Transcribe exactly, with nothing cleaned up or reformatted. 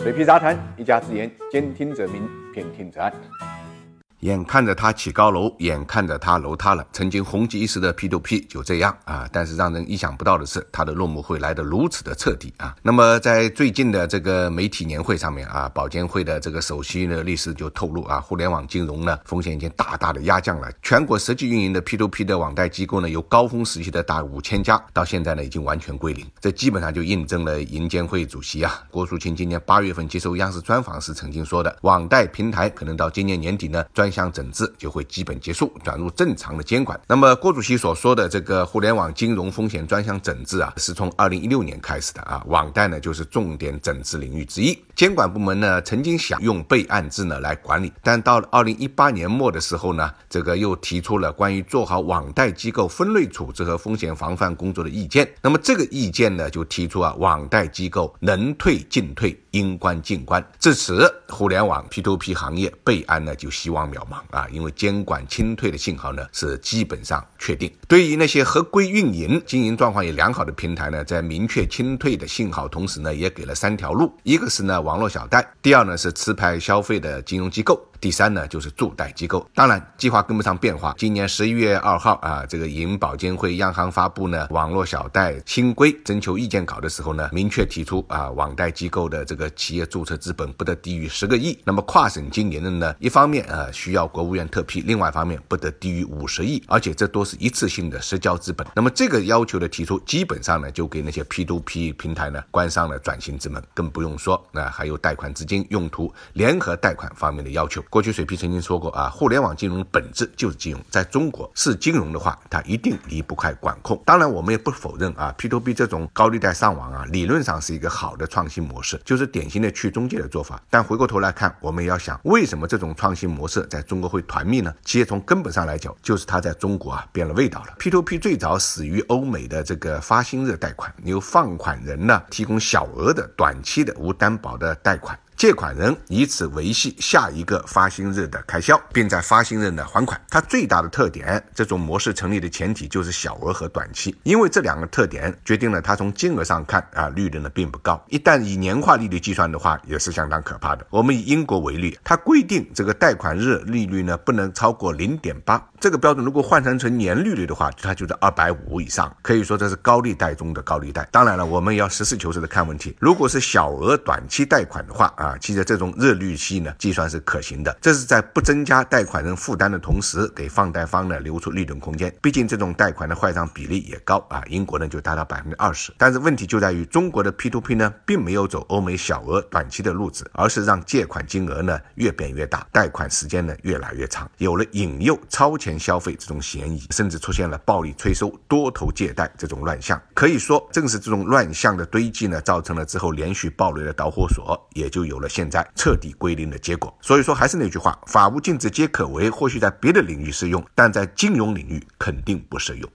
水皮杂谈，一家之言，兼听则明，偏听则暗。 眼看着它起高楼，眼看着它楼塌了。曾经红极一时的 P to P 就这样啊，但是让人意想不到的是，它的落幕会来得如此的彻底啊。那么在最近的这个媒体年会上面啊，保监会的这个首席的律师就透露啊，互联网金融呢风险已经大大的压降了。全国实际运营的 P to P 的网贷机构呢，由高峰时期的大五千家，到现在呢已经完全归零。这基本上就印证了银监会主席啊郭树清今年八月份接受央视专访时曾经说的，网贷平台可能到今年年底呢专项整治就会基本结束，转入正常的监管。那么郭主席所说的这个互联网金融风险专项整治啊，是从二零一六年开始的啊，网贷呢就是重点整治领域之一。监管部门呢曾经想用备案制呢来管理，但到了二零一八年末的时候呢，这个又提出了关于做好网贷机构分类处置和风险防范工作的意见。那么这个意见呢就提出啊，网贷机构能退尽退，应关尽关。至此，互联网 P to P 行业备案呢就希望渺茫啊，因为监管清退的信号呢是基本上确定。对于那些合规运营、经营状况也良好的平台呢，在明确清退的信号同时呢，也给了三条路：一个是呢网络小贷，第二呢是持牌消费的金融机构，第三呢就是助贷机构。当然计划跟不上变化，今年十一月二号啊，这个银保监会央行发布呢网络小贷新规征求意见稿的时候呢，明确提出啊，网贷机构的这个企业注册资本不得低于十个亿。那么跨省经营的呢，一方面啊需要国务院特批，另外一方面不得低于五十亿，而且这都是一次性的实交资本。那么这个要求的提出，基本上呢就给那些 P to P 平台呢关上了转型之门，更不用说那还有贷款资金用途、联合贷款方面的要求。过去水皮曾经说过啊，互联网金融的本质就是金融，在中国是金融的话，它一定离不开管控。当然我们也不否认啊 P to P 这种高利贷上网啊，理论上是一个好的创新模式，就是典型的去中介的做法。但回过头来看，我们也要想，为什么这种创新模式在中国会团灭呢？其实从根本上来讲，就是它在中国啊变了味道了。 P to P 最早始于欧美的这个发行日贷款，由放款人呢提供小额的短期的无担保的贷款，借款人以此维系下一个发行日的开销，并在发行日呢还款。它最大的特点，这种模式成立的前提就是小额和短期，因为这两个特点决定了它从金额上看啊，利率呢并不高，一旦以年化利率计算的话，也是相当可怕的。我们以英国为例，它规定这个贷款日利率呢不能超过 零点八， 这个标准如果换成成年利率的话，它就是二百五以上，可以说这是高利贷中的高利贷。当然了，我们要实事求是的看问题，如果是小额短期贷款的话啊，其实这种日率期呢计算是可行的，这是在不增加贷款人负担的同时，给放贷方呢留出利润空间。毕竟这种贷款的坏账比例也高啊，英国呢就达到 百分之二十。 但是问题就在于中国的 P to P 呢并没有走欧美小额短期的路子，而是让借款金额呢越变越大，贷款时间呢越来越长，有了引诱超前消费这种嫌疑，甚至出现了暴力催收、多头借贷这种乱象。可以说正是这种乱象的堆积呢，造成了之后连续暴雷的导火索，也就有了现在彻底归零的结果。所以说还是那句话，法无禁止皆可为，或许在别的领域适用，但在金融领域肯定不适用。